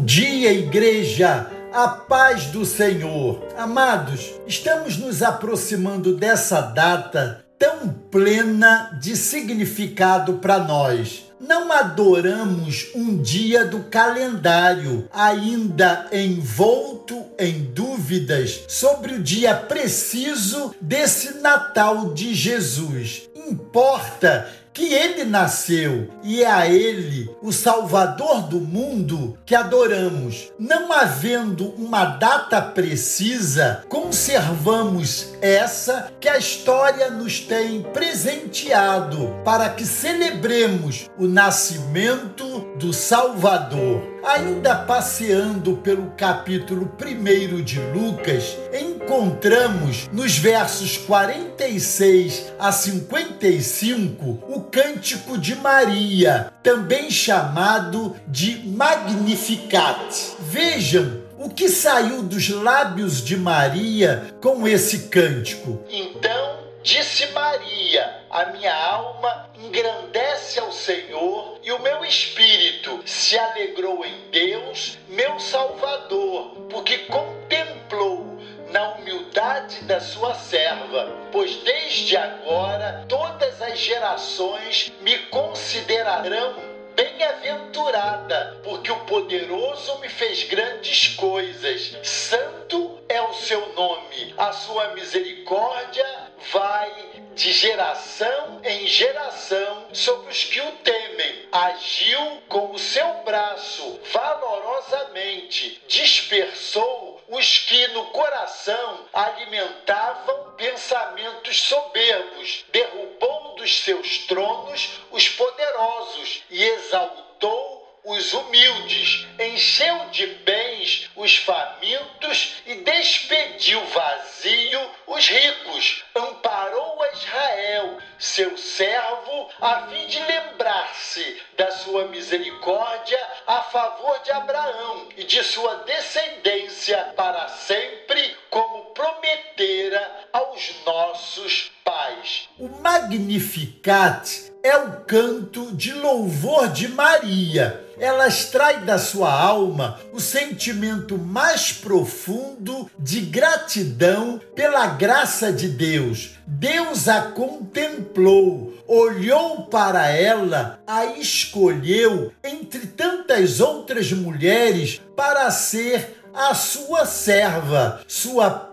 dia, igreja, a paz do Senhor. Amados, estamos nos aproximando dessa data tão plena de significado para nós. Não adoramos um dia do calendário, ainda envolto em dúvidas sobre o dia preciso desse Natal de Jesus. Importa que ele nasceu e é a ele, o Salvador do mundo, que adoramos. Não havendo uma data precisa, conservamos essa que a história nos tem presenteado para que celebremos o nascimento do Salvador. Ainda passeando pelo capítulo 1 de Lucas, encontramos nos versos 46 a 55 o Cântico de Maria, também chamado de Magnificat. Vejam o que saiu dos lábios de Maria com esse cântico. Então disse Maria: a minha alma engrandece ao Senhor e o meu espírito se alegrou em Deus, meu Salvador, porque contemplou na humildade da sua serva, pois desde agora todas as gerações me considerarão bem-aventurada, porque o poderoso me fez grandes coisas. Santo é o seu nome, a sua misericórdia vai de geração em geração sobre os que o temem. Agiu com o seu braço valorosamente, dispersou os que no coração alimentavam pensamentos soberbos, derrubou dos seus tronos os poderosos e exaltou os humildes, encheu de bens os famintos e despediu vazio os ricos, amparou a Israel, seu servo, a fim de lembrar-se da sua misericórdia a favor de Abraão e de sua descendência para sempre, como prometera aos nossos pais. O Magnificat é o canto de louvor de Maria. Ela extrai da sua alma o sentimento mais profundo de gratidão pela graça de Deus. Deus a contemplou, olhou para ela, a escolheu entre tantas outras mulheres para ser a sua serva. Sua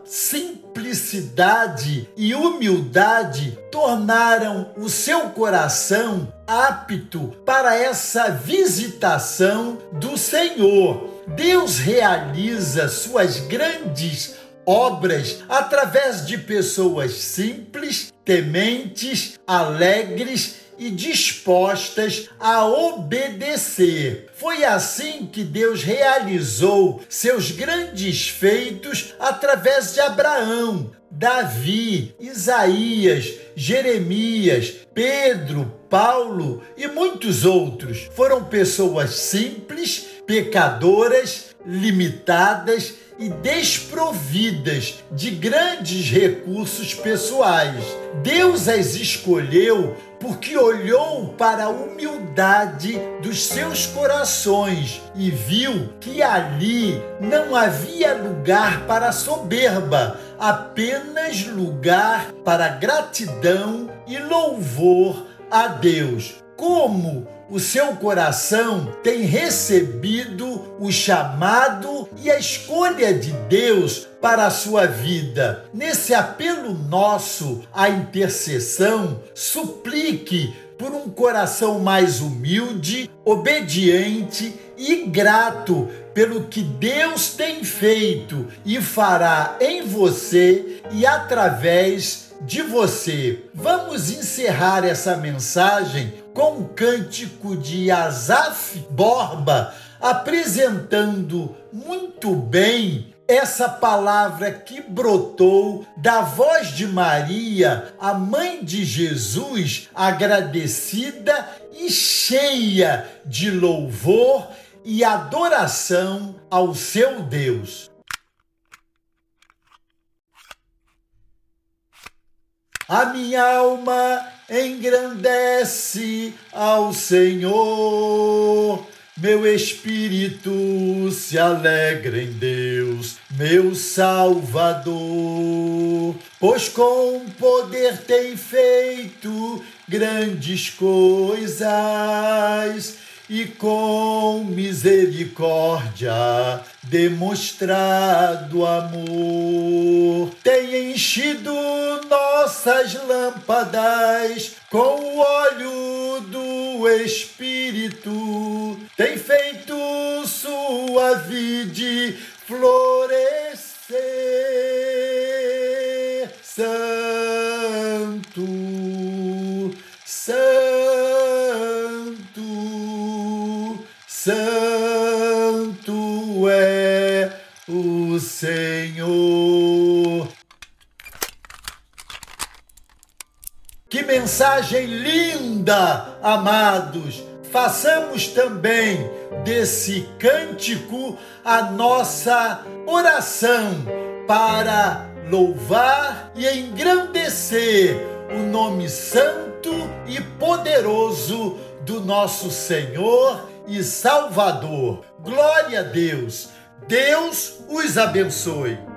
simplicidade e humildade tornaram o seu coração apto para essa visitação do Senhor. Deus realiza suas grandes obras através de pessoas simples, tementes, alegres e dispostas a obedecer. Foi assim que Deus realizou seus grandes feitos através de Abraão, Davi, Isaías, Jeremias, Pedro, Paulo e muitos outros. Foram pessoas simples, pecadoras, limitadas e desprovidas de grandes recursos pessoais. Deus as escolheu porque olhou para a humildade dos seus corações e viu que ali não havia lugar para soberba, apenas lugar para gratidão e louvor a Deus. Como o seu coração tem recebido o chamado e a escolha de Deus para a sua vida? Nesse apelo nosso à intercessão, suplique por um coração mais humilde, obediente e grato pelo que Deus tem feito e fará em você e através de você. Vamos encerrar essa mensagem com o cântico de Asaf Borba, apresentando muito bem essa palavra que brotou da voz de Maria, a mãe de Jesus, agradecida e cheia de louvor e adoração ao seu Deus. A minha alma engrandece ao Senhor Meu espírito se alegra em Deus, meu Salvador, pois com poder tem feito grandes coisas e com misericórdia demonstrado amor. Tem enchido nossas lâmpadas com o óleo do Espírito, tem feito sua vide florescer. Santo, Santo, Santo é o Senhor. Que mensagem linda, amados! Façamos também desse cântico a nossa oração para louvar e engrandecer o nome santo e poderoso do nosso Senhor e Salvador. Glória a Deus! Deus os abençoe!